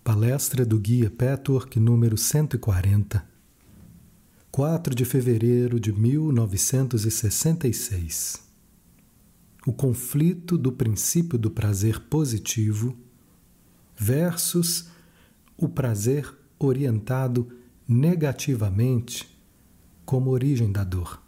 Palestra do Guia Petwork número 140, 4 de fevereiro de 1966. O conflito do princípio do prazer positivo versus o prazer orientado negativamente como origem da dor.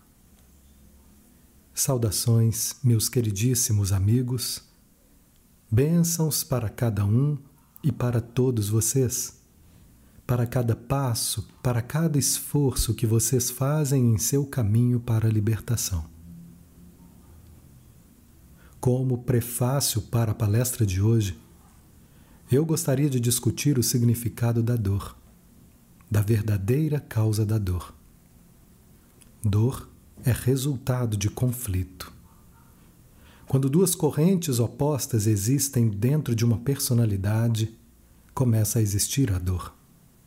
Saudações, meus queridíssimos amigos, bênçãos para cada um e para todos vocês, para cada passo, para cada esforço que vocês fazem em seu caminho para a libertação. Como prefácio para a palestra de hoje, eu gostaria de discutir o significado da dor, da verdadeira causa da dor. Dor é resultado de conflito. Quando duas correntes opostas existem dentro de uma personalidade, começa a existir a dor.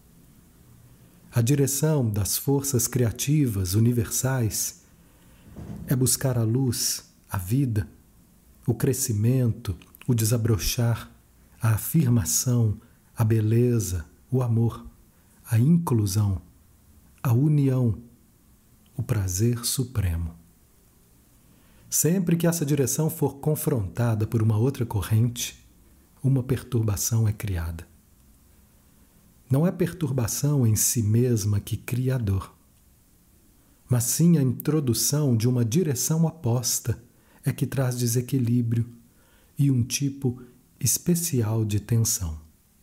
A direção das forças criativas universais é buscar a luz, a vida, o crescimento, o desabrochar, a afirmação, a beleza, o amor, a inclusão, a união, o prazer supremo. Sempre que essa direção for confrontada por uma outra corrente, uma perturbação é criada. Não é a perturbação em si mesma que cria a dor, mas sim a introdução de uma direção oposta é que traz desequilíbrio e um tipo especial de tensão.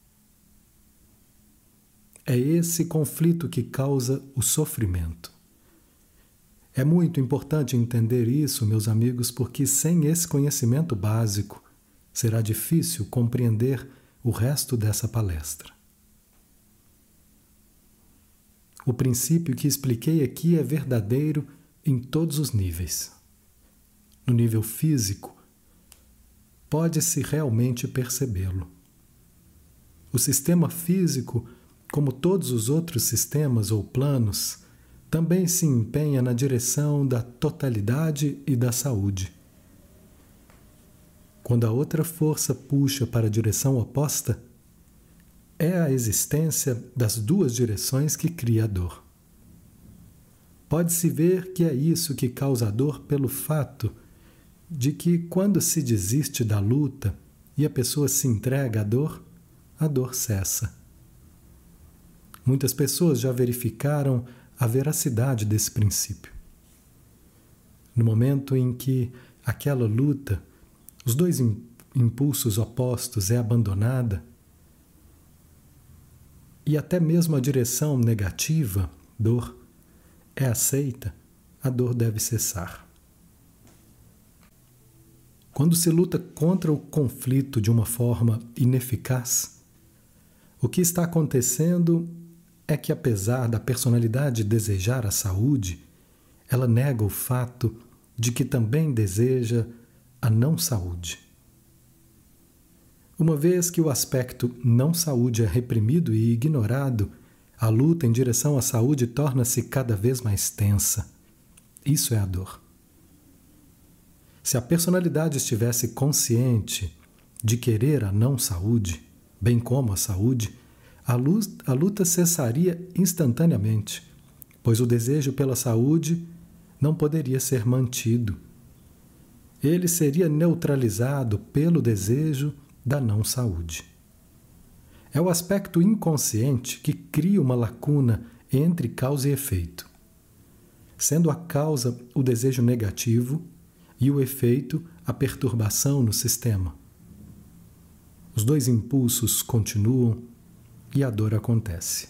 É esse conflito que causa o sofrimento. É muito importante entender isso, meus amigos, porque sem esse conhecimento básico, será difícil compreender o resto dessa palestra. O princípio que expliquei aqui é verdadeiro em todos os níveis. No nível físico, pode-se realmente percebê-lo. O sistema físico, como todos os outros sistemas ou planos, também se empenha na direção da totalidade e da saúde. Quando a outra força puxa para a direção oposta, é a existência das duas direções que cria a dor. Pode-se ver que é isso que causa a dor pelo fato de que, quando se desiste da luta e a pessoa se entrega à dor, a dor cessa. Muitas pessoas já verificaram a veracidade desse princípio. No momento em que aquela luta, os dois impulsos opostos é abandonada e até mesmo a direção negativa, dor, é aceita, a dor deve cessar. Quando se luta contra o conflito de uma forma ineficaz, o que está acontecendo é que, apesar da personalidade desejar a saúde, ela nega o fato de que também deseja a não-saúde. Uma vez que o aspecto não-saúde é reprimido e ignorado, a luta em direção à saúde torna-se cada vez mais tensa. Isso é a dor. Se a personalidade estivesse consciente de querer a não-saúde, bem como a saúde, a luta cessaria instantaneamente, pois o desejo pela saúde não poderia ser mantido. Ele seria neutralizado pelo desejo da não-saúde. É o aspecto inconsciente que cria uma lacuna entre causa e efeito, sendo a causa o desejo negativo e o efeito a perturbação no sistema. Os dois impulsos continuam e a dor acontece.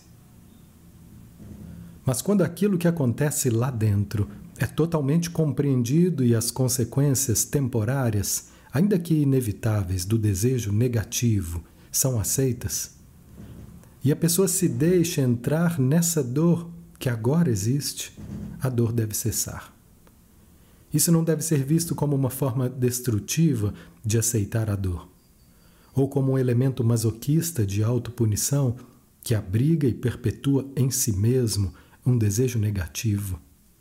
Mas quando aquilo que acontece lá dentro é totalmente compreendido e as consequências temporárias, ainda que inevitáveis, do desejo negativo são aceitas, e a pessoa se deixa entrar nessa dor que agora existe, a dor deve cessar. Isso não deve ser visto como uma forma destrutiva de aceitar a dor, ou como um elemento masoquista de autopunição que abriga e perpetua em si mesmo um desejo negativo.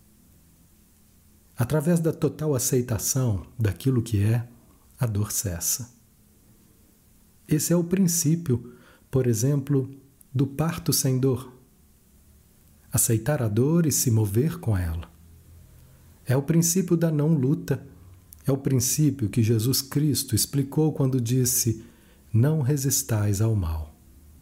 Através da total aceitação daquilo que é, a dor cessa. Esse é o princípio por exemplo, do parto sem dor. Aceitar a dor e se mover com ela. É o princípio da não luta. É o princípio que Jesus Cristo explicou quando disse: não resistais ao mal.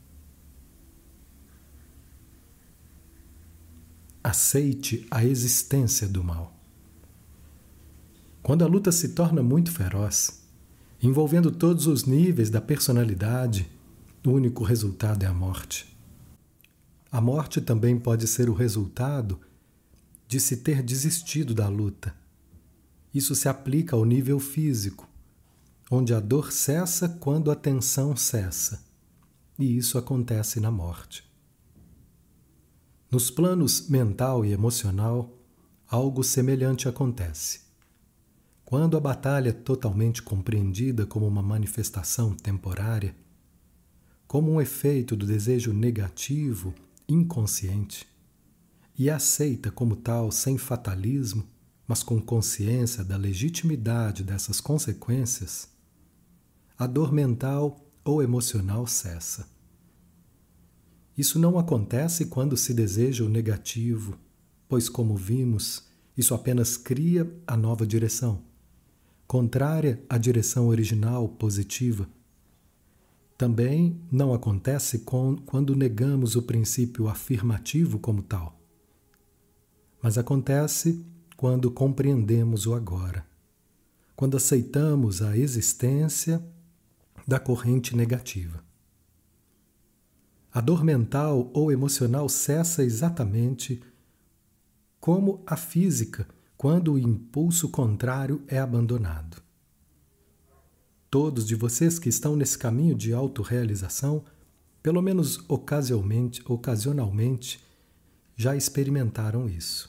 Aceite a existência do mal. Quando a luta se torna muito feroz, envolvendo todos os níveis da personalidade, o único resultado é a morte. A morte também pode ser o resultado de se ter desistido da luta. Isso se aplica ao nível físico, onde a dor cessa quando a tensão cessa, e isso acontece na morte. Nos planos mental e emocional, algo semelhante acontece. Quando a batalha é totalmente compreendida como uma manifestação temporária, como um efeito do desejo negativo inconsciente, e aceita como tal sem fatalismo, mas com consciência da legitimidade dessas consequências, a dor mental ou emocional cessa. Isso não acontece quando se deseja o negativo, pois, como vimos, isso apenas cria a nova direção, contrária à direção original positiva. Também não acontece quando negamos o princípio afirmativo como tal, mas acontece quando compreendemos o agora, quando aceitamos a existência da corrente negativa. A dor mental ou emocional cessa exatamente como a física, quando o impulso contrário é abandonado. Todos de vocês que estão nesse caminho de autorrealização, pelo menos ocasionalmente, já experimentaram isso.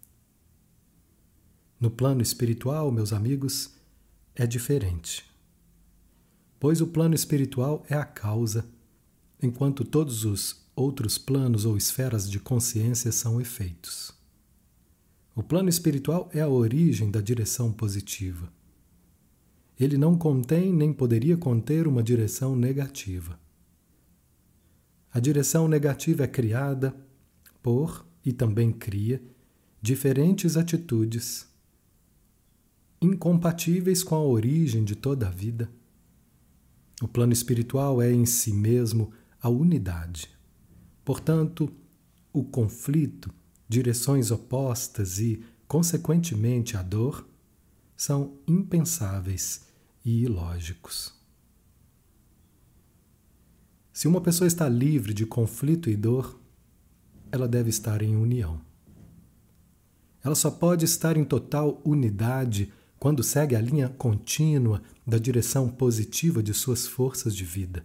No plano espiritual, meus amigos, é diferente. Pois o plano espiritual é a causa, enquanto todos os outros planos ou esferas de consciência são efeitos. O plano espiritual é a origem da direção positiva. Ele não contém nem poderia conter uma direção negativa. A direção negativa é criada por, e também cria, diferentes atitudes incompatíveis com a origem de toda a vida. O plano espiritual é em si mesmo a unidade. Portanto, o conflito, direções opostas e, consequentemente, a dor, são impensáveis e ilógicos. Se uma pessoa está livre de conflito e dor, ela deve estar em união. Ela só pode estar em total unidade quando segue a linha contínua da direção positiva de suas forças de vida.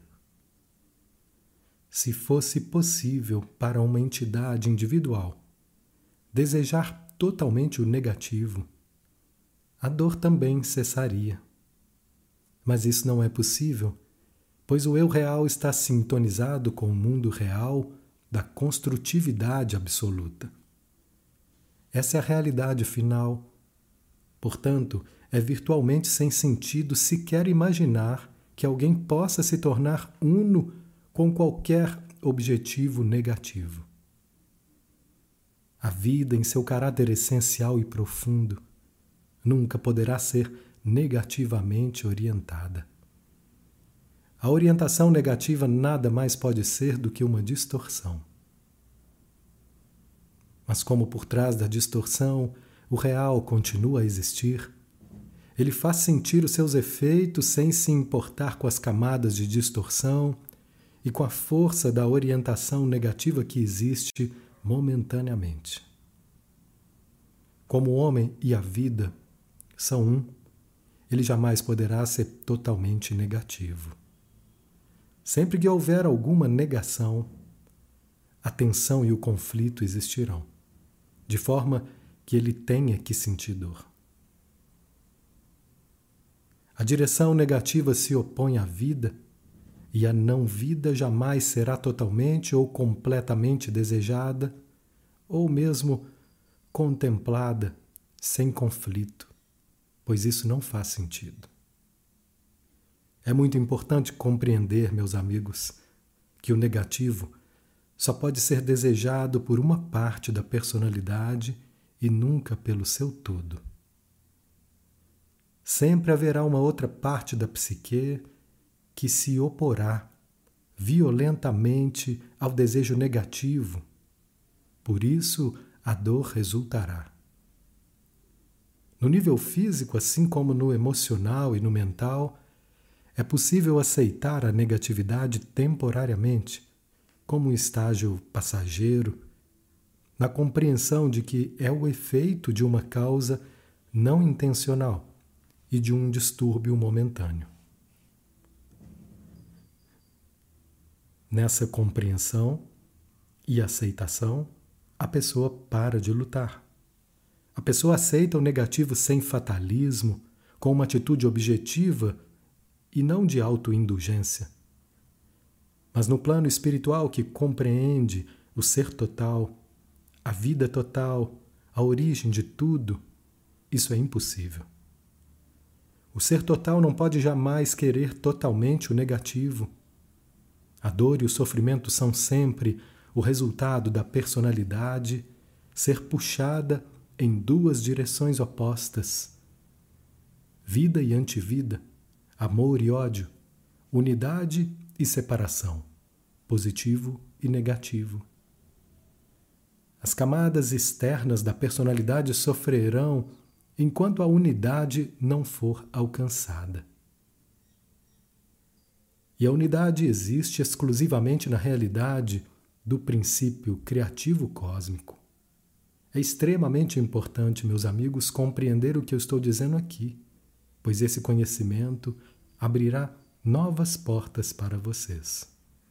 Se fosse possível para uma entidade individual desejar totalmente o negativo, a dor também cessaria. Mas isso não é possível, pois o eu real está sintonizado com o mundo real da construtividade absoluta. Essa é a realidade final. Portanto, é virtualmente sem sentido sequer imaginar que alguém possa se tornar uno com qualquer objetivo negativo. A vida, em seu caráter essencial e profundo, nunca poderá ser negativamente orientada. A orientação negativa nada mais pode ser do que uma distorção. Mas como por trás da distorção o real continua a existir, ele faz sentir os seus efeitos sem se importar com as camadas de distorção e com a força da orientação negativa que existe momentaneamente. Como o homem e a vida são um, ele jamais poderá ser totalmente negativo. Sempre que houver alguma negação, a tensão e o conflito existirão, de forma que ele tenha que sentir dor. A direção negativa se opõe à vida, e a não-vida jamais será totalmente ou completamente desejada, ou mesmo contemplada sem conflito, pois isso não faz sentido. É muito importante compreender, meus amigos, que o negativo só pode ser desejado por uma parte da personalidade e nunca pelo seu todo. Sempre haverá uma outra parte da psique que se oporá violentamente ao desejo negativo. Por isso, a dor resultará. No nível físico, assim como no emocional e no mental, é possível aceitar a negatividade temporariamente, como um estágio passageiro, na compreensão de que é o efeito de uma causa não intencional e de um distúrbio momentâneo. Nessa compreensão e aceitação, a pessoa para de lutar. A pessoa aceita o negativo sem fatalismo, com uma atitude objetiva e não de autoindulgência. Mas no plano espiritual que compreende o ser total, a vida total, a origem de tudo, isso é impossível. O ser total não pode jamais querer totalmente o negativo. A dor e o sofrimento são sempre o resultado da personalidade ser puxada em duas direções opostas: vida e antivida, amor e ódio, unidade e separação, positivo e negativo. As camadas externas da personalidade sofrerão enquanto a unidade não for alcançada. E a unidade existe exclusivamente na realidade do princípio criativo cósmico. É extremamente importante, meus amigos, compreender o que eu estou dizendo aqui, pois esse conhecimento abrirá novas portas para vocês.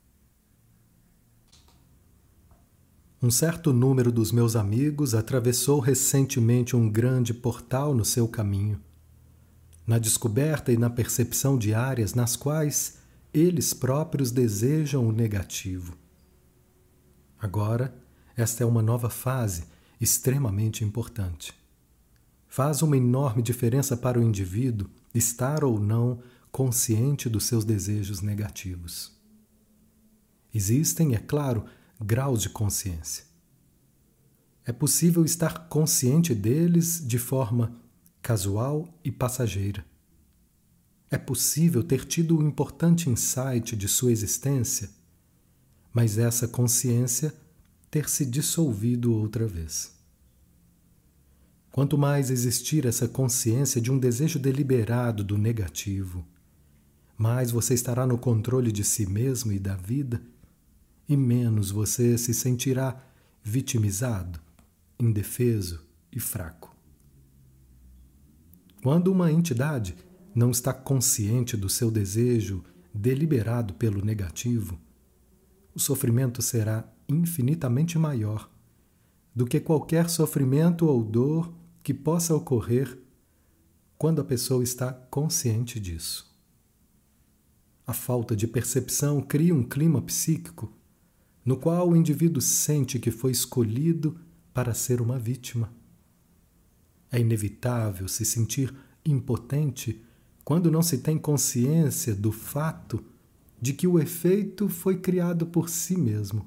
Um certo número dos meus amigos atravessou recentemente um grande portal no seu caminho, na descoberta e na percepção de áreas nas quais eles próprios desejam o negativo. Agora, esta é uma nova fase extremamente importante. Faz uma enorme diferença para o indivíduo estar ou não consciente dos seus desejos negativos. Existem, é claro, graus de consciência. É possível estar consciente deles de forma casual e passageira. É possível ter tido um importante insight de sua existência, mas essa consciência ter se dissolvido outra vez. Quanto mais existir essa consciência de um desejo deliberado do negativo, mais você estará no controle de si mesmo e da vida, e menos você se sentirá vitimizado, indefeso e fraco. Quando uma entidade não está consciente do seu desejo deliberado pelo negativo, o sofrimento será infinitamente maior do que qualquer sofrimento ou dor que possa ocorrer quando a pessoa está consciente disso. A falta de percepção cria um clima psíquico no qual o indivíduo sente que foi escolhido para ser uma vítima. É inevitável se sentir impotente quando não se tem consciência do fato de que o efeito foi criado por si mesmo.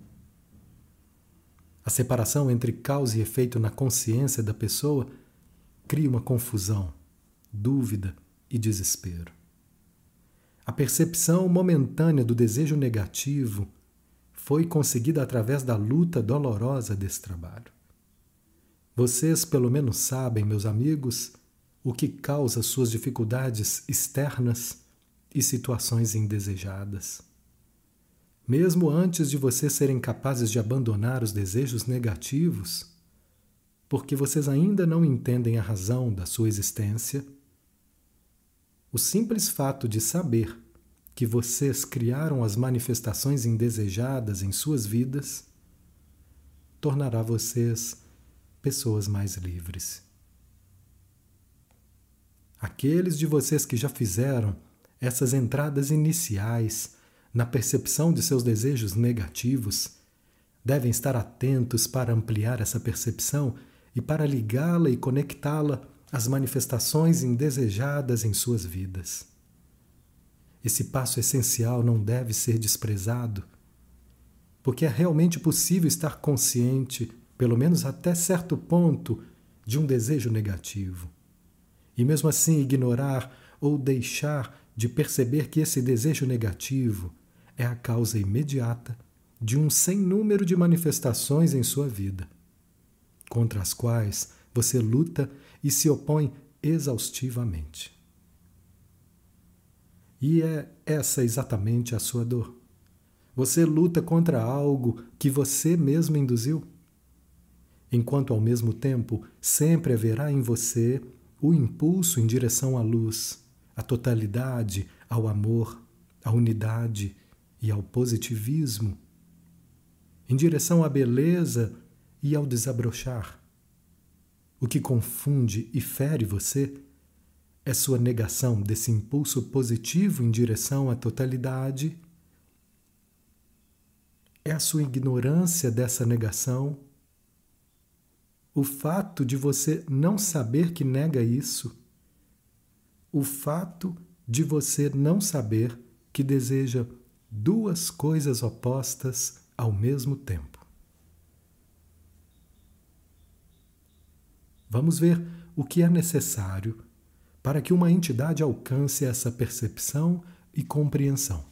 A separação entre causa e efeito na consciência da pessoa cria uma confusão, dúvida e desespero. A percepção momentânea do desejo negativo foi conseguida através da luta dolorosa desse trabalho. Vocês pelo menos sabem, meus amigos, o que causa suas dificuldades externas e situações indesejadas. Mesmo antes de vocês serem capazes de abandonar os desejos negativos, porque vocês ainda não entendem a razão da sua existência, o simples fato de saber que vocês criaram as manifestações indesejadas em suas vidas tornará vocês pessoas mais livres. Aqueles de vocês que já fizeram essas entradas iniciais na percepção de seus desejos negativos devem estar atentos para ampliar essa percepção e para ligá-la e conectá-la às manifestações indesejadas em suas vidas. Esse passo essencial não deve ser desprezado, porque é realmente possível estar consciente, pelo menos até certo ponto, de um desejo negativo. E mesmo assim ignorar ou deixar de perceber que esse desejo negativo é a causa imediata de um sem número de manifestações em sua vida, contra as quais você luta e se opõe exaustivamente. E é essa exatamente a sua dor. Você luta contra algo que você mesmo induziu, enquanto ao mesmo tempo sempre haverá em você o impulso em direção à luz, à totalidade, ao amor, à unidade e ao positivismo, em direção à beleza e ao desabrochar. O que confunde e fere você é sua negação desse impulso positivo em direção à totalidade, é a sua ignorância dessa negação, o fato de você não saber que nega isso, o fato de você não saber que deseja duas coisas opostas ao mesmo tempo. Vamos ver o que é necessário para que uma entidade alcance essa percepção e compreensão.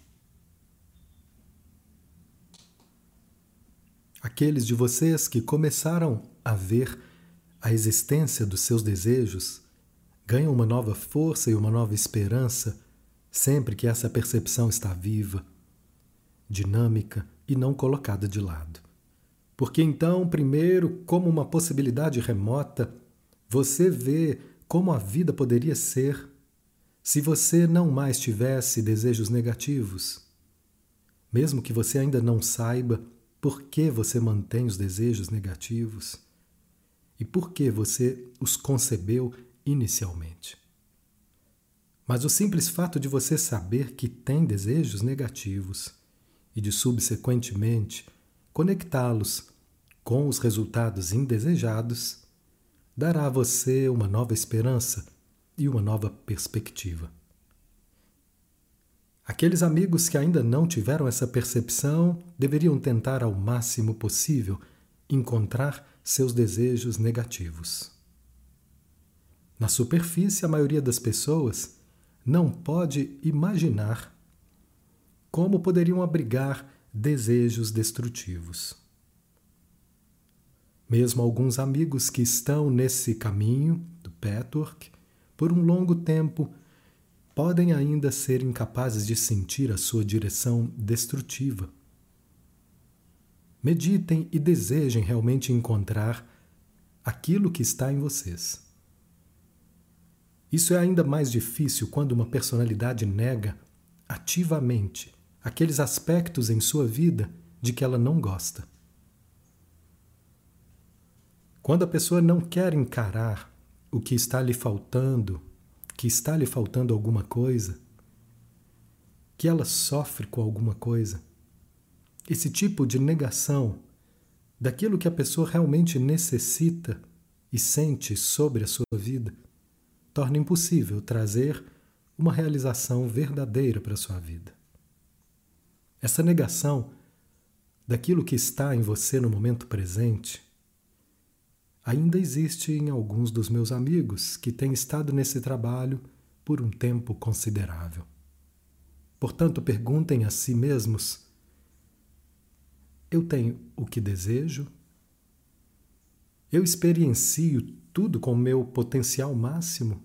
Aqueles de vocês que começaram a ver a existência dos seus desejos ganham uma nova força e uma nova esperança sempre que essa percepção está viva, dinâmica e não colocada de lado. Porque então, primeiro, como uma possibilidade remota, você vê como a vida poderia ser se você não mais tivesse desejos negativos. Mesmo que você ainda não saiba por que você mantém os desejos negativos e por que você os concebeu inicialmente. Mas o simples fato de você saber que tem desejos negativos e de subsequentemente conectá-los com os resultados indesejados dará a você uma nova esperança e uma nova perspectiva. Aqueles amigos que ainda não tiveram essa percepção deveriam tentar ao máximo possível encontrar seus desejos negativos. Na superfície, a maioria das pessoas não pode imaginar como poderiam abrigar desejos destrutivos. Mesmo alguns amigos que estão nesse caminho do patchwork por um longo tempo podem ainda ser incapazes de sentir a sua direção destrutiva. Meditem e desejem realmente encontrar aquilo que está em vocês. Isso é ainda mais difícil quando uma personalidade nega ativamente aqueles aspectos em sua vida de que ela não gosta. Quando a pessoa não quer encarar o que está lhe faltando, que está lhe faltando alguma coisa, que ela sofre com alguma coisa, esse tipo de negação daquilo que a pessoa realmente necessita e sente sobre a sua vida torna impossível trazer uma realização verdadeira para a sua vida. Essa negação daquilo que está em você no momento presente ainda existe em alguns dos meus amigos que têm estado nesse trabalho por um tempo considerável. Portanto, perguntem a si mesmos: eu tenho o que desejo? Eu experiencio tudo com o meu potencial máximo?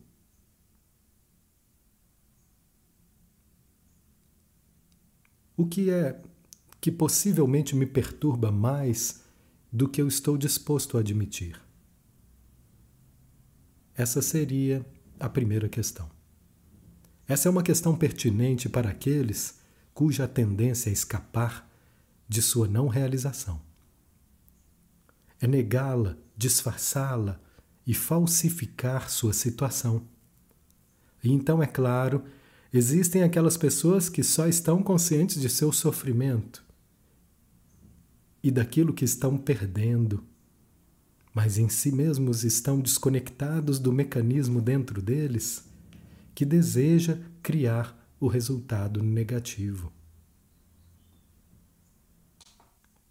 O que é que possivelmente me perturba mais do que eu estou disposto a admitir? Essa seria a primeira questão. Essa é uma questão pertinente para aqueles cuja tendência é escapar de sua não realização. É negá-la, disfarçá-la e falsificar sua situação. E então, é claro, existem aquelas pessoas que só estão conscientes de seu sofrimento e daquilo que estão perdendo, mas em si mesmos estão desconectados do mecanismo dentro deles que deseja criar o resultado negativo.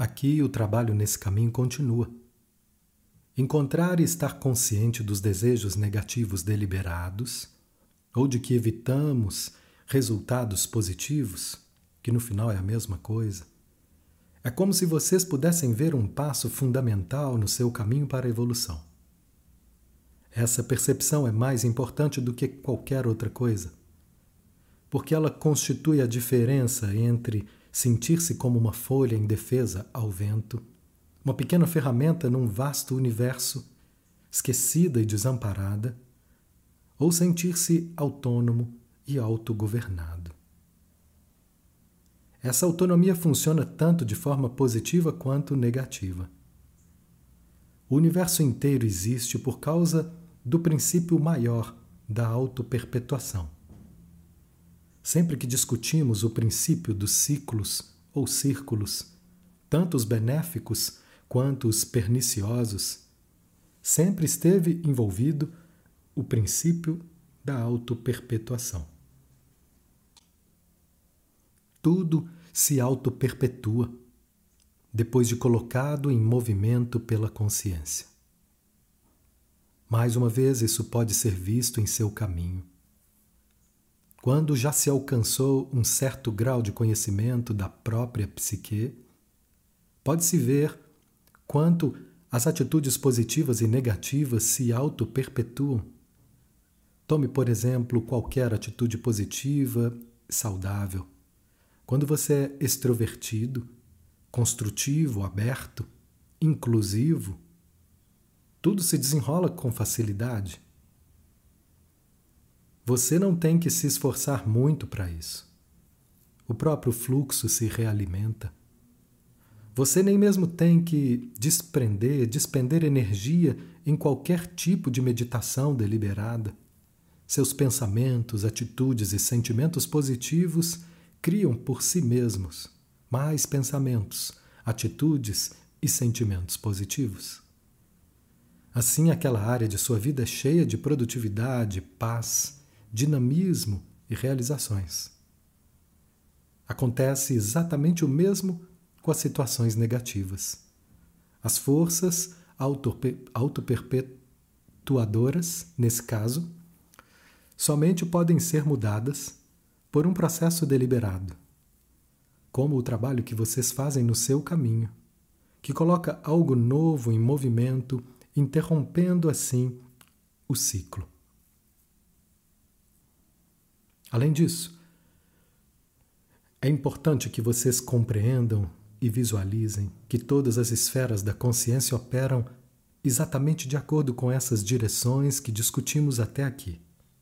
Aqui o trabalho nesse caminho continua. Encontrar e estar consciente dos desejos negativos deliberados, ou de que evitamos resultados positivos, que no final é a mesma coisa. É como se vocês pudessem ver um passo fundamental no seu caminho para a evolução. Essa percepção é mais importante do que qualquer outra coisa, porque ela constitui a diferença entre sentir-se como uma folha indefesa ao vento, uma pequena ferramenta num vasto universo, esquecida e desamparada, ou sentir-se autônomo e autogovernado. Essa autonomia funciona tanto de forma positiva quanto negativa. O universo inteiro existe por causa do princípio maior da autoperpetuação. Sempre que discutimos o princípio dos ciclos ou círculos, tanto os benéficos quanto os perniciosos, sempre esteve envolvido o princípio da autoperpetuação. Tudo se autoperpetua depois de colocado em movimento pela consciência. Mais uma vez, isso pode ser visto em seu caminho. Quando já se alcançou um certo grau de conhecimento da própria psique, pode-se ver quanto as atitudes positivas e negativas se auto-perpetuam. Tome, por exemplo, qualquer atitude positiva, saudável. Quando você é extrovertido, construtivo, aberto, inclusivo, tudo se desenrola com facilidade. Você não tem que se esforçar muito para isso. O próprio fluxo se realimenta. Você nem mesmo tem que despender energia em qualquer tipo de meditação deliberada. Seus pensamentos, atitudes e sentimentos positivos criam por si mesmos mais pensamentos, atitudes e sentimentos positivos. Assim, aquela área de sua vida é cheia de produtividade, paz, dinamismo e realizações. Acontece exatamente o mesmo com as situações negativas. As forças autoperpetuadoras, nesse caso, somente podem ser mudadas por um processo deliberado, como o trabalho que vocês fazem no seu caminho, que coloca algo novo em movimento, interrompendo assim o ciclo. Além disso, é importante que vocês compreendam e visualizem que todas as esferas da consciência operam exatamente de acordo com essas direções que discutimos até aqui.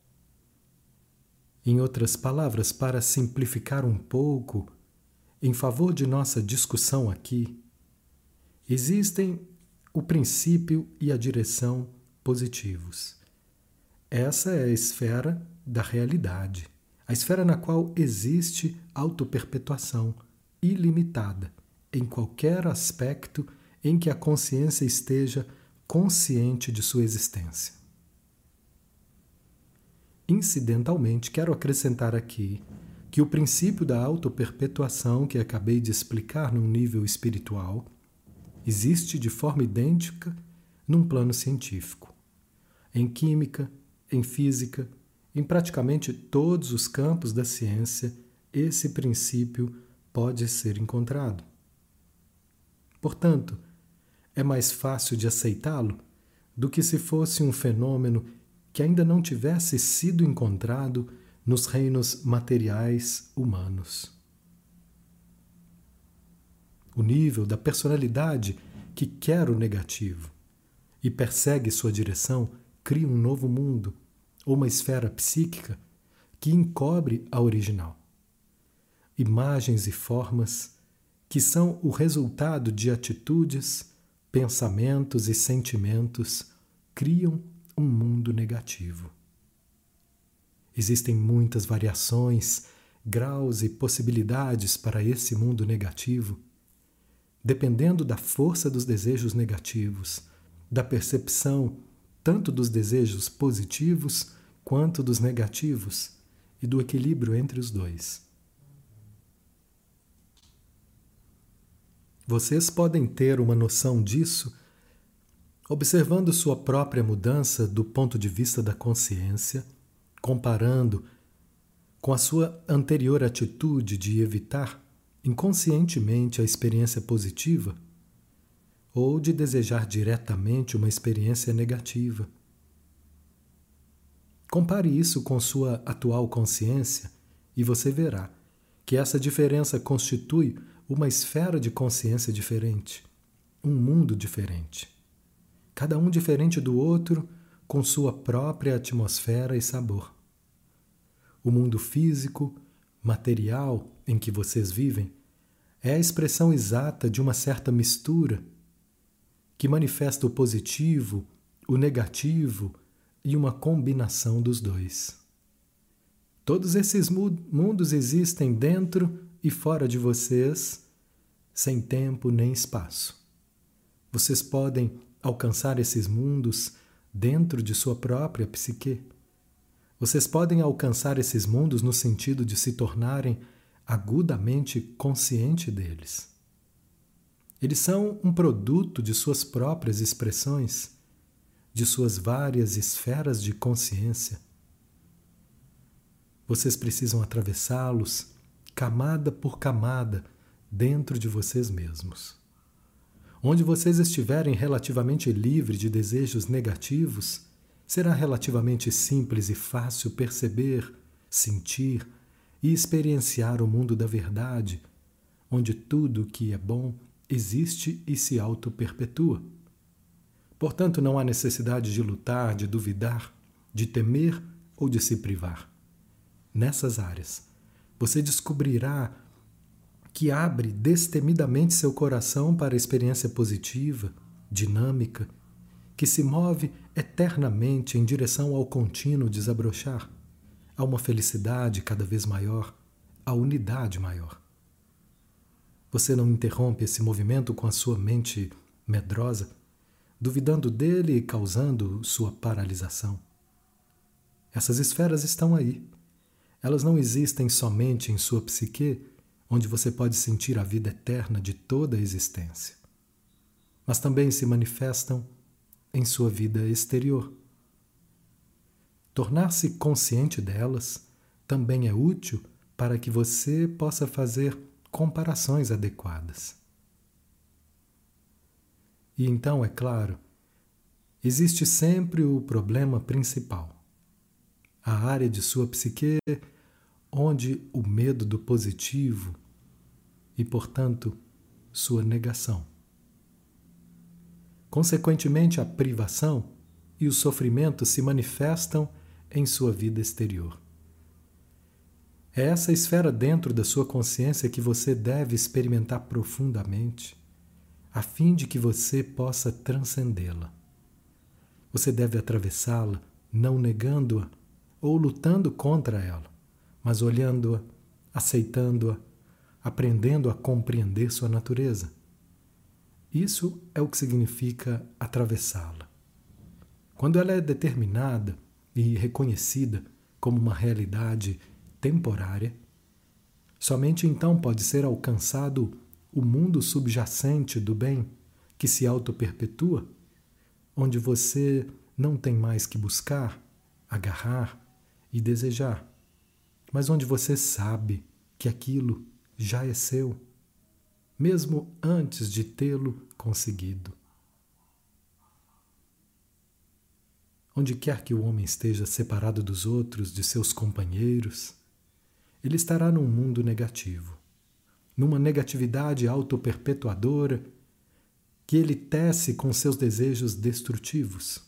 Em outras palavras, para simplificar um pouco, em favor de nossa discussão aqui, existem o princípio e a direção positivos. Essa é a esfera da realidade, a esfera na qual existe autoperpetuação ilimitada em qualquer aspecto em que a consciência esteja consciente de sua existência. Incidentalmente, quero acrescentar aqui que o princípio da autoperpetuação que acabei de explicar num nível espiritual existe de forma idêntica num plano científico, em química, em física, em praticamente todos os campos da ciência, esse princípio pode ser encontrado. Portanto, é mais fácil de aceitá-lo do que se fosse um fenômeno que ainda não tivesse sido encontrado nos reinos materiais humanos. O nível da personalidade que quer o negativo e persegue sua direção cria um novo mundo, ou uma esfera psíquica que encobre a original. Imagens e formas que são o resultado de atitudes, pensamentos e sentimentos criam um mundo negativo. Existem muitas variações, graus e possibilidades para esse mundo negativo, dependendo da força dos desejos negativos, da percepção tanto dos desejos positivos quanto dos negativos e do equilíbrio entre os dois. Vocês podem ter uma noção disso observando sua própria mudança do ponto de vista da consciência, comparando com a sua anterior atitude de evitar inconscientemente a experiência positiva ou de desejar diretamente uma experiência negativa. Compare isso com sua atual consciência e você verá que essa diferença constitui uma esfera de consciência diferente, um mundo diferente. Cada um diferente do outro, com sua própria atmosfera e sabor. O mundo físico, material em que vocês vivem é a expressão exata de uma certa mistura que manifesta o positivo, o negativo e uma combinação dos dois. Todos esses mundos existem dentro e fora de vocês, sem tempo nem espaço. Vocês podem alcançar esses mundos dentro de sua própria psique. Vocês podem alcançar esses mundos no sentido de se tornarem agudamente consciente deles. Eles são um produto de suas próprias expressões, de suas várias esferas de consciência. Vocês precisam atravessá-los camada por camada dentro de vocês mesmos. Onde vocês estiverem relativamente livres de desejos negativos, será relativamente simples e fácil perceber, sentir e experienciar o mundo da verdade, onde tudo o que é bom existe e se auto-perpetua. Portanto, não há necessidade de lutar, de duvidar, de temer ou de se privar. Nessas áreas, você descobrirá que abre destemidamente seu coração para a experiência positiva, dinâmica, que se move eternamente em direção ao contínuo desabrochar, a uma felicidade cada vez maior, a unidade maior. Você não interrompe esse movimento com a sua mente medrosa, duvidando dele e causando sua paralisação. Essas esferas estão aí. Elas não existem somente em sua psique, onde você pode sentir a vida eterna de toda a existência, mas também se manifestam em sua vida exterior. Tornar-se consciente delas também é útil para que você possa fazer comparações adequadas. E então, é claro, existe sempre o problema principal, a área de sua psique onde o medo do positivo e, portanto, sua negação. Consequentemente, a privação e o sofrimento se manifestam em sua vida exterior. É essa esfera dentro da sua consciência que você deve experimentar profundamente, a fim de que você possa transcendê-la. Você deve atravessá-la, não negando-a ou lutando contra ela, mas olhando-a, aceitando-a, aprendendo a compreender sua natureza. Isso é o que significa atravessá-la. Quando ela é determinada e reconhecida como uma realidade temporária, somente então pode ser alcançado o mundo subjacente do bem que se auto-perpetua, onde você não tem mais que buscar, agarrar e desejar, mas onde você sabe que aquilo já é seu, mesmo antes de tê-lo conseguido. Onde quer que o homem esteja separado dos outros, de seus companheiros, ele estará num mundo negativo, numa negatividade autoperpetuadora que ele tece com seus desejos destrutivos.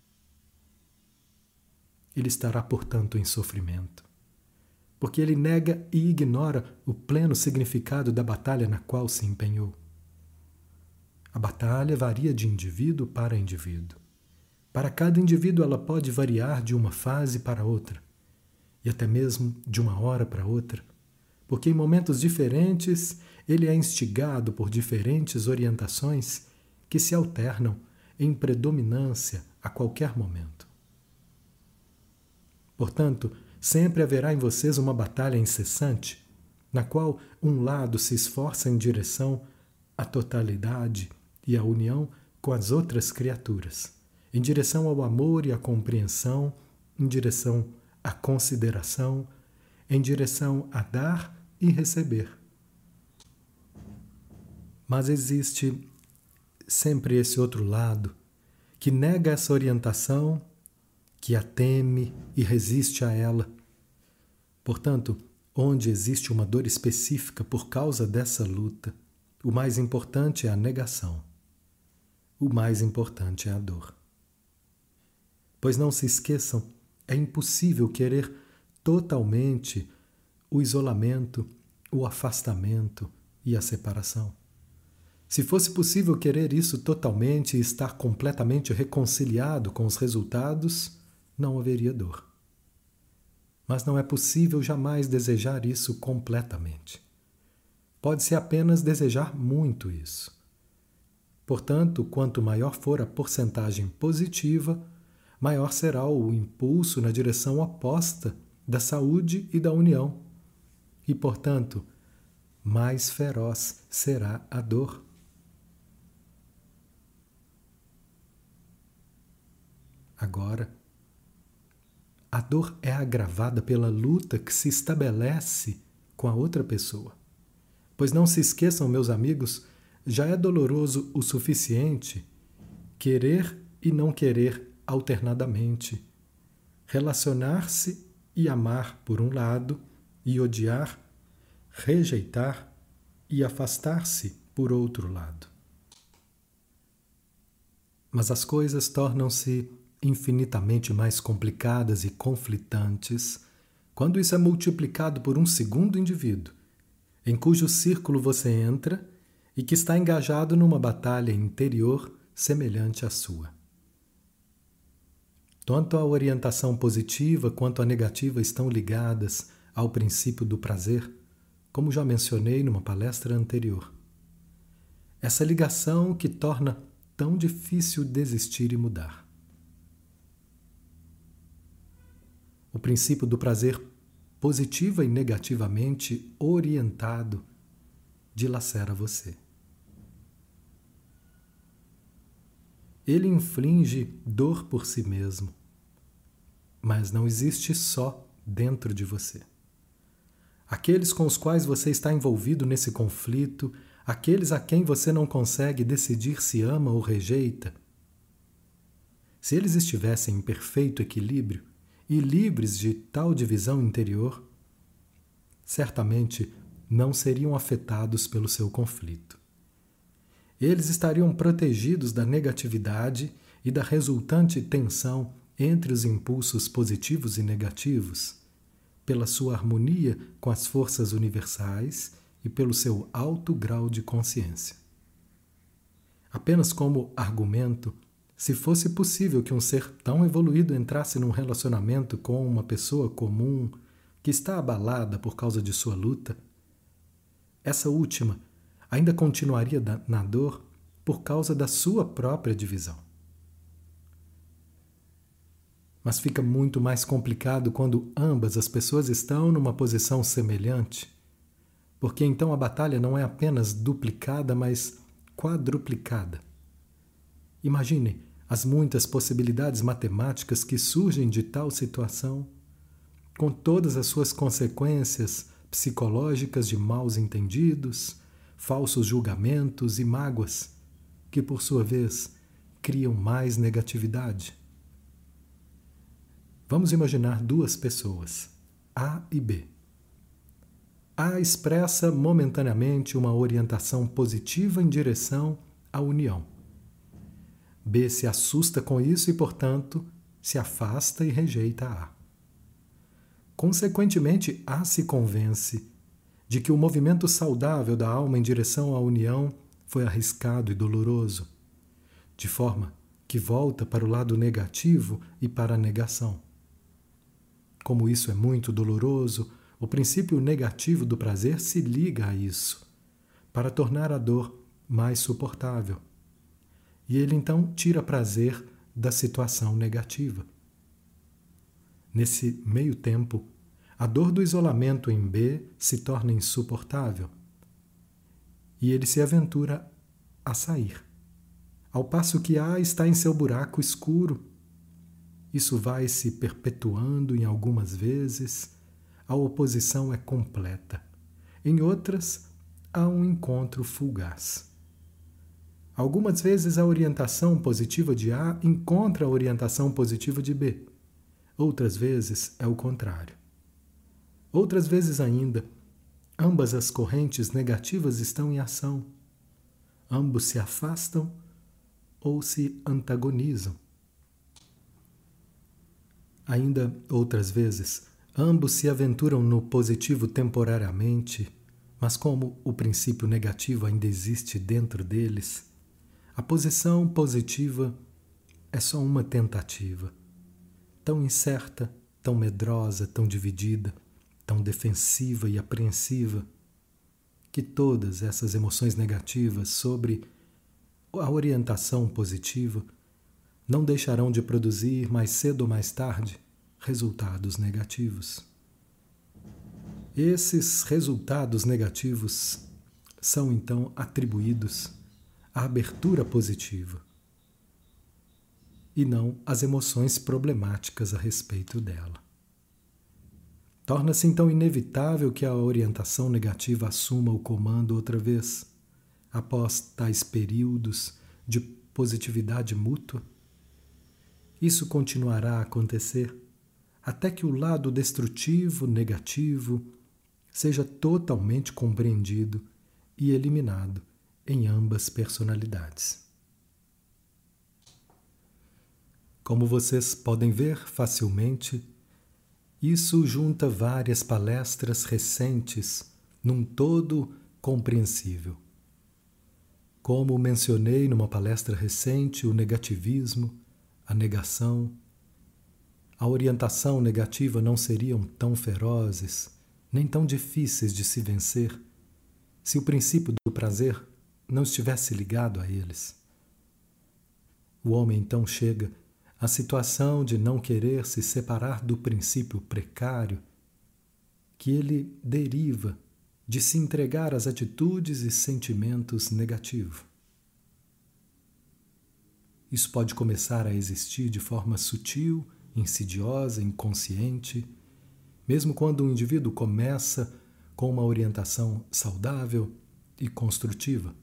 Ele estará, portanto, em sofrimento, porque ele nega e ignora o pleno significado da batalha na qual se empenhou. A batalha varia de indivíduo para indivíduo. Para cada indivíduo ela pode variar de uma fase para outra, e até mesmo de uma hora para outra, porque em momentos diferentes ele é instigado por diferentes orientações que se alternam em predominância a qualquer momento. Portanto, sempre haverá em vocês uma batalha incessante, na qual um lado se esforça em direção a totalidade e a união com as outras criaturas, em direção ao amor e à compreensão, em direção à consideração, em direção a dar e receber. Mas existe sempre esse outro lado que nega essa orientação, que a teme e resiste a ela. Portanto, onde existe uma dor específica por causa dessa luta, o mais importante é a negação. O mais importante é a dor. Pois não se esqueçam, é impossível querer totalmente o isolamento, o afastamento e a separação. Se fosse possível querer isso totalmente e estar completamente reconciliado com os resultados, não haveria dor. Mas não é possível jamais desejar isso completamente. Pode-se apenas desejar muito isso. Portanto, quanto maior for a porcentagem positiva, maior será o impulso na direção oposta da saúde e da união. E, portanto, mais feroz será a dor. Agora, a dor é agravada pela luta que se estabelece com a outra pessoa. Pois não se esqueçam, meus amigos, já é doloroso o suficiente querer e não querer alternadamente, relacionar-se e amar por um lado, e odiar, rejeitar e afastar-se por outro lado. Mas as coisas tornam-se infinitamente mais complicadas e conflitantes quando isso é multiplicado por um segundo indivíduo, em cujo círculo você entra e que está engajado numa batalha interior semelhante à sua. Tanto a orientação positiva quanto a negativa estão ligadas ao princípio do prazer, como já mencionei numa palestra anterior. Essa ligação que torna tão difícil desistir e mudar. O princípio do prazer positiva e negativamente orientado dilacera você. Ele inflige dor por si mesmo, mas não existe só dentro de você. Aqueles com os quais você está envolvido nesse conflito, aqueles a quem você não consegue decidir se ama ou rejeita, se eles estivessem em perfeito equilíbrio e livres de tal divisão interior, certamente não seriam afetados pelo seu conflito. Eles estariam protegidos da negatividade e da resultante tensão entre os impulsos positivos e negativos, pela sua harmonia com as forças universais e pelo seu alto grau de consciência. Apenas como argumento, se fosse possível que um ser tão evoluído entrasse num relacionamento com uma pessoa comum que está abalada por causa de sua luta, essa última ainda continuaria na dor por causa da sua própria divisão. Mas fica muito mais complicado quando ambas as pessoas estão numa posição semelhante, porque então a batalha não é apenas duplicada, mas quadruplicada. Imagine as muitas possibilidades matemáticas que surgem de tal situação, com todas as suas consequências psicológicas de maus entendidos, falsos julgamentos e mágoas, que por sua vez criam mais negatividade. Vamos imaginar duas pessoas, A e B. A expressa momentaneamente uma orientação positiva em direção à união. B se assusta com isso e, portanto, se afasta e rejeita A. Consequentemente, A se convence de que o movimento saudável da alma em direção à união foi arriscado e doloroso, de forma que volta para o lado negativo e para a negação. Como isso é muito doloroso, o princípio negativo do prazer se liga a isso, para tornar a dor mais suportável. E ele então tira prazer da situação negativa. Nesse meio tempo, a dor do isolamento em B se torna insuportável. e ele se aventura a sair. Ao passo que A está em seu buraco escuro. Isso vai se perpetuando em algumas vezes, a oposição é completa. Em outras, há um encontro fugaz. Algumas vezes a orientação positiva de A encontra a orientação positiva de B. Outras vezes é o contrário. Outras vezes ainda, ambas as correntes negativas estão em ação. Ambos se afastam ou se antagonizam. Ainda outras vezes, ambos se aventuram no positivo temporariamente, mas como o princípio negativo ainda existe dentro deles, a posição positiva é só uma tentativa, tão incerta, tão medrosa, tão dividida, tão defensiva e apreensiva, que todas essas emoções negativas sobre a orientação positiva não deixarão de produzir, mais cedo ou mais tarde, resultados negativos. Esses resultados negativos são então atribuídos à abertura positiva e não às emoções problemáticas a respeito dela. Torna-se então inevitável que a orientação negativa assuma o comando outra vez, após tais períodos de positividade mútua. Isso continuará a acontecer até que o lado destrutivo, negativo, seja totalmente compreendido e eliminado em ambas personalidades. Como vocês podem ver facilmente, isso junta várias palestras recentes num todo compreensível. Como mencionei numa palestra recente, o negativismo, a negação, a orientação negativa não seriam tão ferozes, nem tão difíceis de se vencer, se o princípio do prazer não estivesse ligado a eles. O homem então chega à situação de não querer se separar do princípio precário, que ele deriva de se entregar às atitudes e sentimentos negativos. Isso pode começar a existir de forma sutil, insidiosa, inconsciente, mesmo quando o indivíduo começa com uma orientação saudável e construtiva.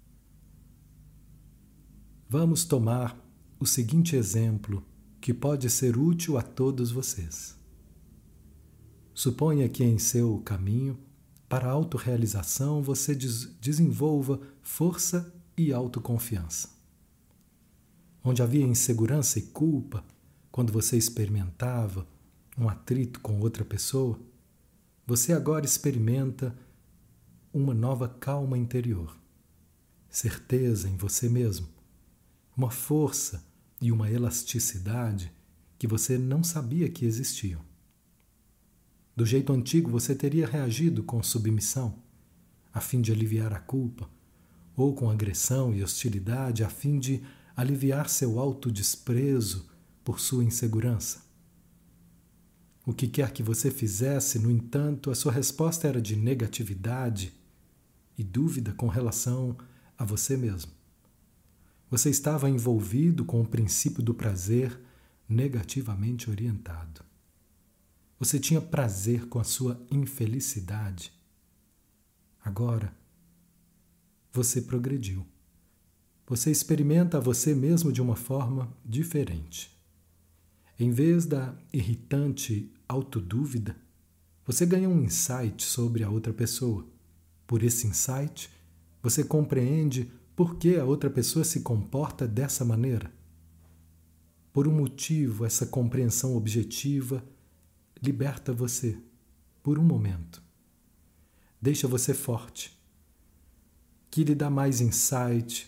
Vamos tomar o seguinte exemplo que pode ser útil a todos vocês. Suponha que em seu caminho para a autorrealização você desenvolva força e autoconfiança. Onde havia insegurança e culpa, quando você experimentava um atrito com outra pessoa, você agora experimenta uma nova calma interior, certeza em você mesmo, uma força e uma elasticidade que você não sabia que existiam. Do jeito antigo, você teria reagido com submissão, a fim de aliviar a culpa, ou com agressão e hostilidade, a fim de aliviar seu autodesprezo por sua insegurança. O que quer que você fizesse, no entanto, a sua resposta era de negatividade e dúvida com relação a você mesmo. Você estava envolvido com o princípio do prazer negativamente orientado. Você tinha prazer com a sua infelicidade. Agora, você progrediu. Você experimenta a você mesmo de uma forma diferente. Em vez da irritante autodúvida, você ganha um insight sobre a outra pessoa. Por esse insight, você compreende por que a outra pessoa se comporta dessa maneira. Por um motivo, essa compreensão objetiva liberta você, por um momento. Deixa você forte, que lhe dá mais insight,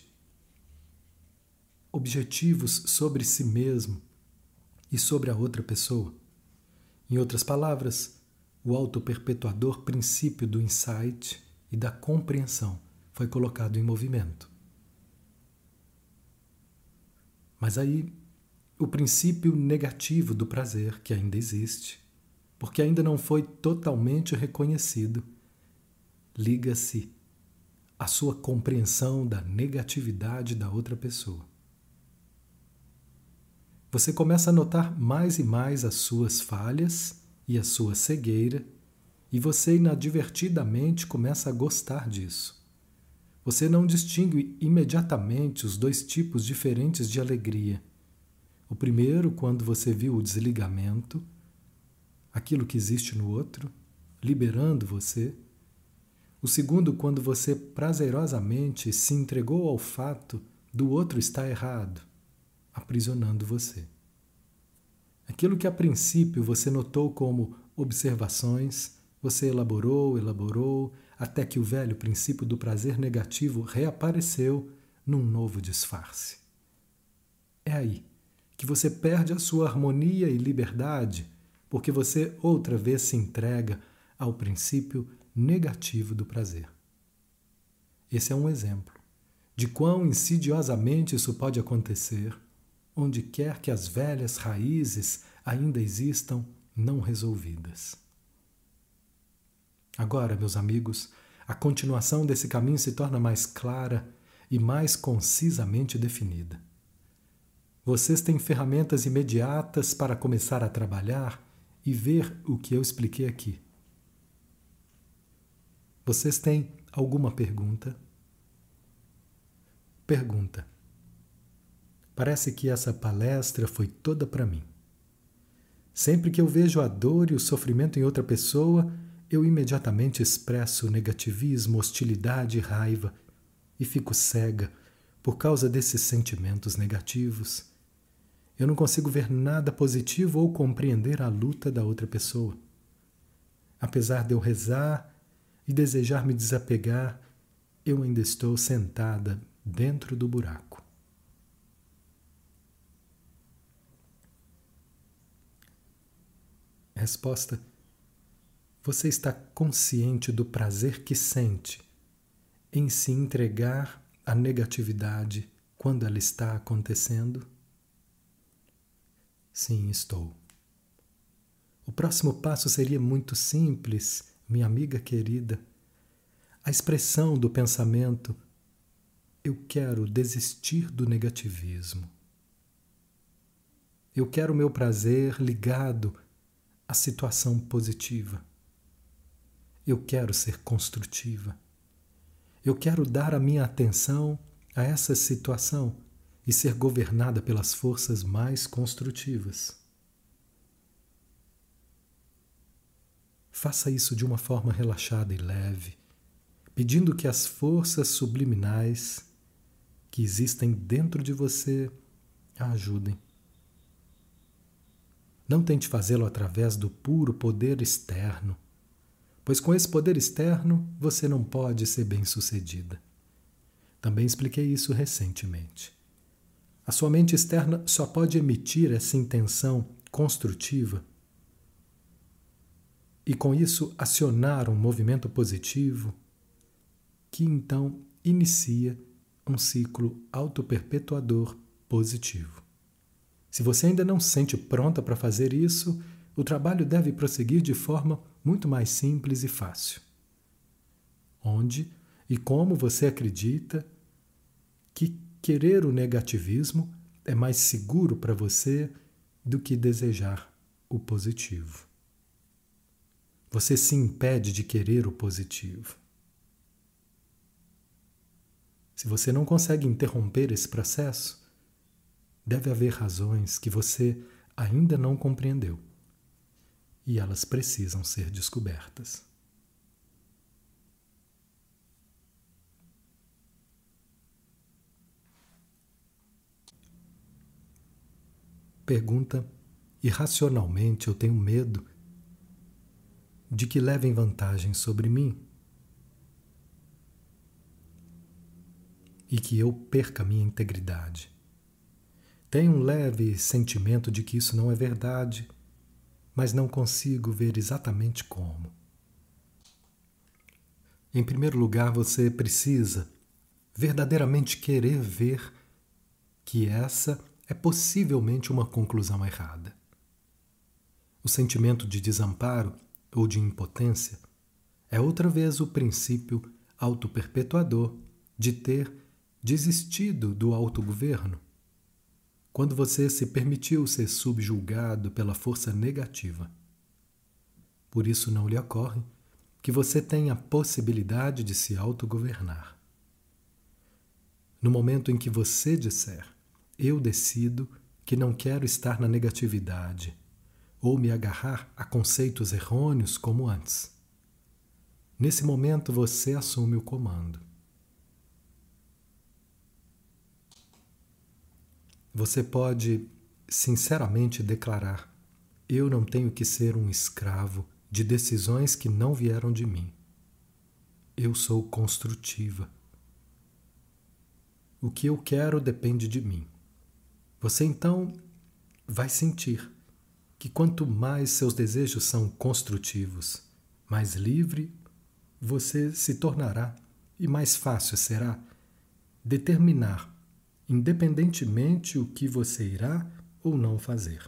objetivos sobre si mesmo e sobre a outra pessoa. Em outras palavras, o autoperpetuador princípio do insight e da compreensão foi colocado em movimento. Mas aí, o princípio negativo do prazer, que ainda existe, porque ainda não foi totalmente reconhecido, liga-se a sua compreensão da negatividade da outra pessoa. Você começa a notar mais e mais as suas falhas e a sua cegueira, e você inadvertidamente começa a gostar disso. Você não distingue imediatamente os dois tipos diferentes de alegria. O primeiro, quando você viu o desligamento, aquilo que existe no outro, liberando você. O segundo, quando você prazerosamente se entregou ao fato do outro estar errado, aprisionando você. Aquilo que a princípio você notou como observações, você elaborou, até que o velho princípio do prazer negativo reapareceu num novo disfarce. É aí que você perde a sua harmonia e liberdade, porque você outra vez se entrega ao princípio negativo do prazer. Esse é um exemplo de quão insidiosamente isso pode acontecer, onde quer que as velhas raízes ainda existam não resolvidas. Agora, meus amigos, a continuação desse caminho se torna mais clara e mais concisamente definida. Vocês têm ferramentas imediatas para começar a trabalhar e ver o que eu expliquei aqui. Vocês têm alguma pergunta? Pergunta. Parece que essa palestra foi toda para mim. Sempre que eu vejo a dor e o sofrimento em outra pessoa, eu imediatamente expresso negativismo, hostilidade e raiva e fico cega por causa desses sentimentos negativos. Eu não consigo ver nada positivo ou compreender a luta da outra pessoa. Apesar de eu rezar e desejar me desapegar, eu ainda estou sentada dentro do buraco. Resposta: você está consciente do prazer que sente em se entregar à negatividade quando ela está acontecendo? Sim, estou. O próximo passo seria muito simples, minha amiga querida. A expressão do pensamento: eu quero desistir do negativismo. Eu quero o meu prazer ligado à situação positiva. Eu quero ser construtiva. Eu quero dar a minha atenção a essa situação e ser governada pelas forças mais construtivas. Faça isso de uma forma relaxada e leve, pedindo que as forças subliminais que existem dentro de você a ajudem. Não tente fazê-lo através do puro poder externo, pois com esse poder externo você não pode ser bem-sucedida. Também expliquei isso recentemente. A sua mente externa só pode emitir essa intenção construtiva e, com isso, acionar um movimento positivo que, então, inicia um ciclo autoperpetuador positivo. Se você ainda não se sente pronta para fazer isso, o trabalho deve prosseguir de forma muito mais simples e fácil. Onde e como você acredita que querer o negativismo é mais seguro para você do que desejar o positivo. Você se impede de querer o positivo. Se você não consegue interromper esse processo, deve haver razões que você ainda não compreendeu e elas precisam ser descobertas. Pergunta: irracionalmente eu tenho medo de que levem vantagem sobre mim e que eu perca minha integridade. Tenho um leve sentimento de que isso não é verdade, mas não consigo ver exatamente como. Em primeiro lugar, você precisa verdadeiramente querer ver que essa é possivelmente uma conclusão errada. O sentimento de desamparo ou de impotência é outra vez o princípio autoperpetuador de ter desistido do autogoverno, quando você se permitiu ser subjugado pela força negativa. Por isso não lhe ocorre que você tem a possibilidade de se autogovernar. No momento em que você disser, eu decido que não quero estar na negatividade, ou me agarrar a conceitos errôneos como antes, nesse momento você assume o comando. Você pode sinceramente declarar, eu não tenho que ser um escravo de decisões que não vieram de mim. Eu sou construtiva. O que eu quero depende de mim. Você então vai sentir que quanto mais seus desejos são construtivos, mais livre você se tornará e mais fácil será determinar independentemente o que você irá ou não fazer.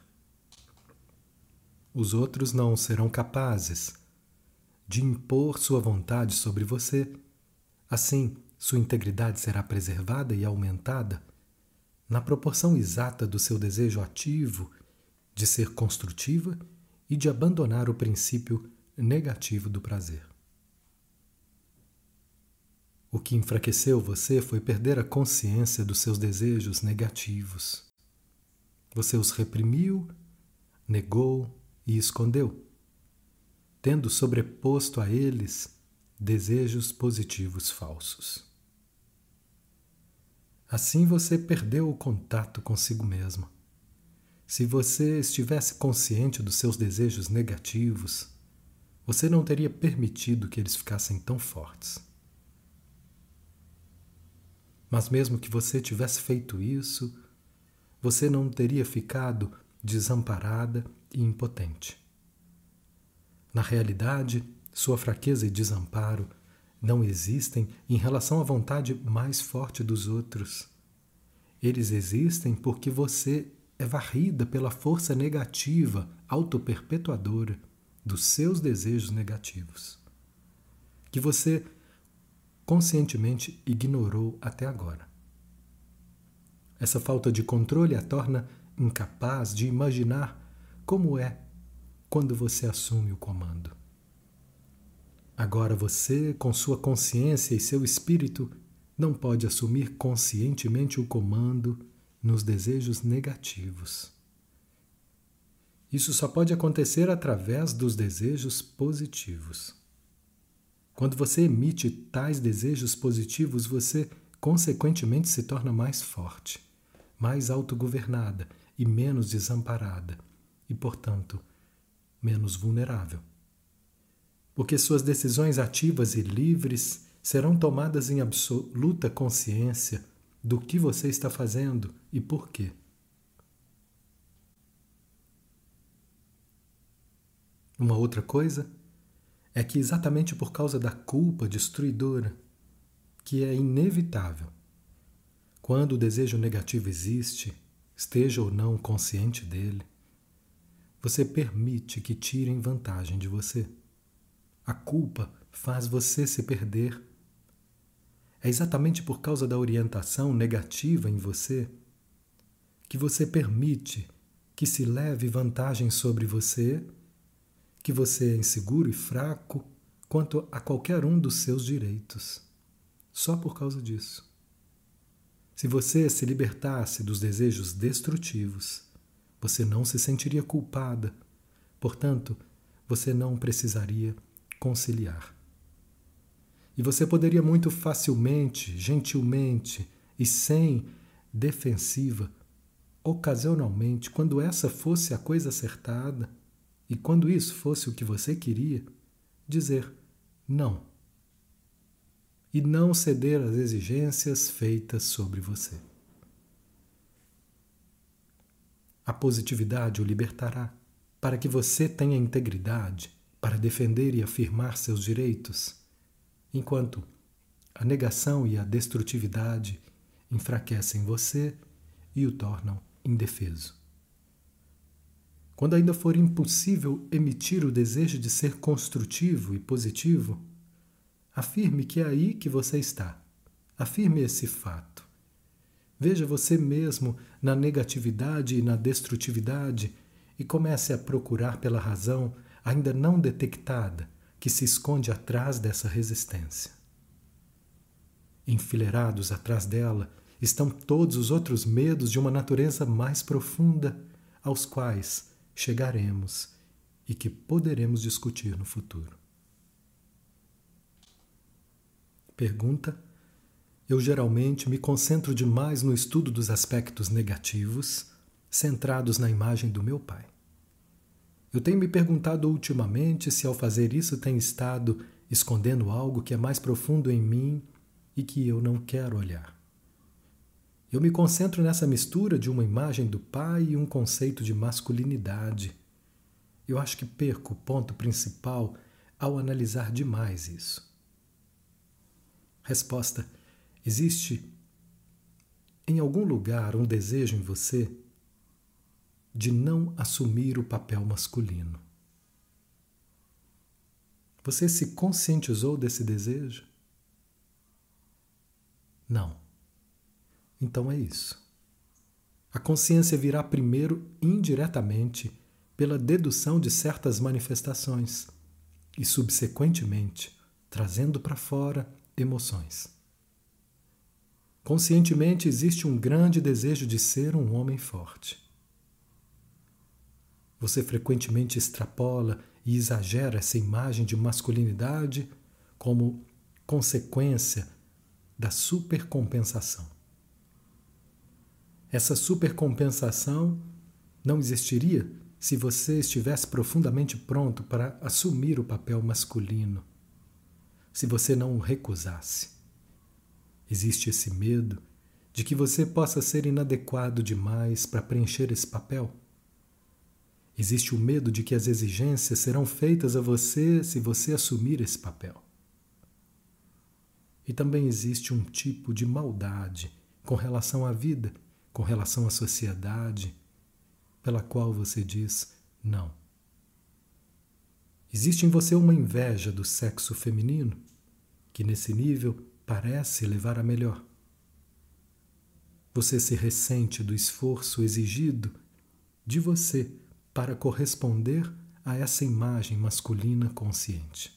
Os outros não serão capazes de impor sua vontade sobre você. Assim, sua integridade será preservada e aumentada na proporção exata do seu desejo ativo de ser construtiva e de abandonar o princípio negativo do prazer. O que enfraqueceu você foi perder a consciência dos seus desejos negativos. Você os reprimiu, negou e escondeu, tendo sobreposto a eles desejos positivos falsos. Assim você perdeu o contato consigo mesmo. Se você estivesse consciente dos seus desejos negativos, você não teria permitido que eles ficassem tão fortes. Mas mesmo que você tivesse feito isso, você não teria ficado desamparada e impotente. Na realidade, sua fraqueza e desamparo não existem em relação à vontade mais forte dos outros. Eles existem porque você é varrida pela força negativa, autoperpetuadora dos seus desejos negativos, que você conscientemente ignorou até agora. Essa falta de controle a torna incapaz de imaginar como é quando você assume o comando. Agora você, com sua consciência e seu espírito, não pode assumir conscientemente o comando nos desejos negativos. Isso só pode acontecer através dos desejos positivos. Quando você emite tais desejos positivos, você consequentemente se torna mais forte, mais autogovernada e menos desamparada, e, portanto, menos vulnerável. Porque suas decisões ativas e livres serão tomadas em absoluta consciência do que você está fazendo e por quê. Uma outra coisa é que exatamente por causa da culpa destruidora, que é inevitável, quando o desejo negativo existe, esteja ou não consciente dele, você permite que tirem vantagem de você. A culpa faz você se perder. É exatamente por causa da orientação negativa em você que você permite que se leve vantagem sobre você, que você é inseguro e fraco quanto a qualquer um dos seus direitos. Só por causa disso. Se você se libertasse dos desejos destrutivos, você não se sentiria culpada. Portanto, você não precisaria conciliar. E você poderia muito facilmente, gentilmente e sem defensiva, ocasionalmente, quando essa fosse a coisa acertada e quando isso fosse o que você queria, dizer não. E não ceder às exigências feitas sobre você. A positividade o libertará para que você tenha integridade para defender e afirmar seus direitos, enquanto a negação e a destrutividade enfraquecem você e o tornam indefeso. Quando ainda for impossível emitir o desejo de ser construtivo e positivo, Afirme que é aí que você está. Afirme esse fato. Veja você mesmo na negatividade e na destrutividade e comece a procurar pela razão ainda não detectada que se esconde atrás dessa resistência. Enfileirados atrás dela estão todos os outros medos de uma natureza mais profunda, aos quais chegaremos e que poderemos discutir no futuro. Pergunta: eu geralmente me concentro demais no estudo dos aspectos negativos, centrados na imagem do meu pai. Eu tenho me perguntado ultimamente se ao fazer isso tenho estado escondendo algo que é mais profundo em mim e que eu não quero olhar. Eu me concentro nessa mistura de uma imagem do pai e um conceito de masculinidade. Eu acho que perco o ponto principal ao analisar demais isso. Resposta: existe em algum lugar um desejo em você de não assumir o papel masculino. Você se conscientizou desse desejo? Não. Então é isso. A consciência virá primeiro indiretamente pela dedução de certas manifestações e, subsequentemente, trazendo para fora emoções. Conscientemente existe um grande desejo de ser um homem forte. Você frequentemente extrapola e exagera essa imagem de masculinidade como consequência da supercompensação. Essa supercompensação não existiria se você estivesse profundamente pronto para assumir o papel masculino, se você não o recusasse. Existe esse medo de que você possa ser inadequado demais para preencher esse papel. Existe o medo de que as exigências serão feitas a você se você assumir esse papel. E também existe um tipo de maldade com relação à vida, com relação à sociedade, pela qual você diz não. Existe em você uma inveja do sexo feminino, que nesse nível parece levar a melhor. Você se ressente do esforço exigido de você para corresponder a essa imagem masculina consciente.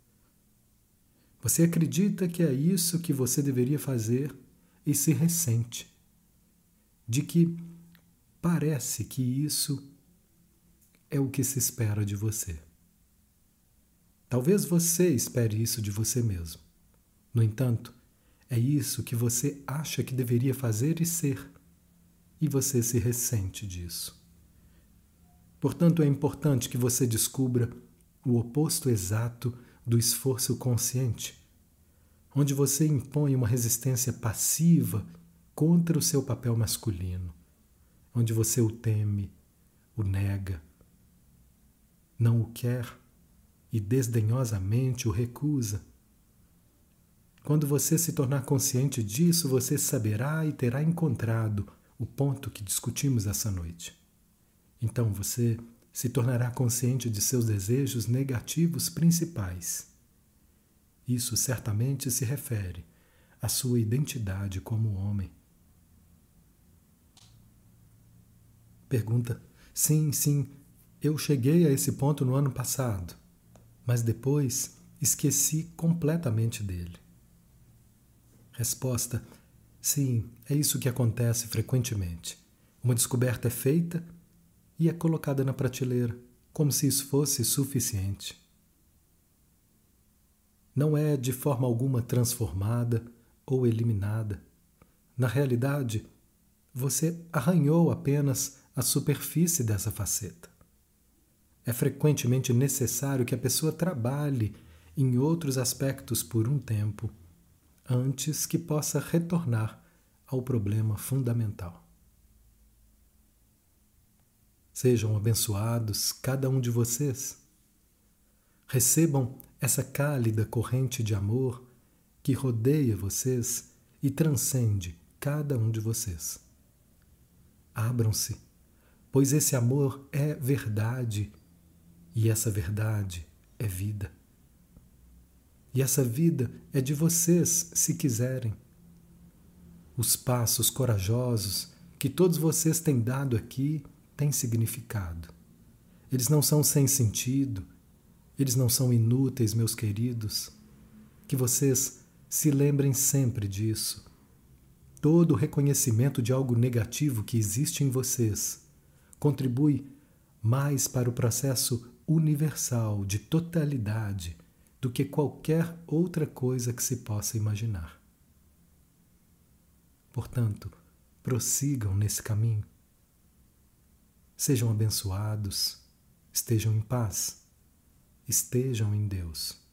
Você acredita que é isso que você deveria fazer e se ressente de que parece que isso é o que se espera de você. Talvez você espere isso de você mesmo. No entanto, é isso que você acha que deveria fazer e ser, e você se ressente disso. Portanto, é importante que você descubra o oposto exato do esforço consciente, onde você impõe uma resistência passiva contra o seu papel masculino, onde você o teme, o nega, não o quer e desdenhosamente o recusa. Quando você se tornar consciente disso, você saberá e terá encontrado o ponto que discutimos essa noite. Então você se tornará consciente de seus desejos negativos principais. Isso certamente se refere à sua identidade como homem. Pergunta: sim, eu cheguei a esse ponto no ano passado, mas depois esqueci completamente dele. Resposta: sim, é isso que acontece frequentemente. Uma descoberta é feita e é colocada na prateleira, como se isso fosse suficiente. Não é de forma alguma transformada ou eliminada. Na realidade, você arranhou apenas a superfície dessa faceta. É frequentemente necessário que a pessoa trabalhe em outros aspectos por um tempo, antes que possa retornar ao problema fundamental. Sejam abençoados cada um de vocês. Recebam essa cálida corrente de amor que rodeia vocês e transcende cada um de vocês. Abram-se, pois esse amor é verdade e essa verdade é vida. E essa vida é de vocês, se quiserem. Os passos corajosos que todos vocês têm dado aqui têm significado. Eles não são sem sentido, eles não são inúteis, meus queridos. Que vocês se lembrem sempre disso. Todo o reconhecimento de algo negativo que existe em vocês contribui mais para o processo universal de totalidade do que qualquer outra coisa que se possa imaginar. Portanto, prossigam nesse caminho. Sejam abençoados, estejam em paz, estejam em Deus.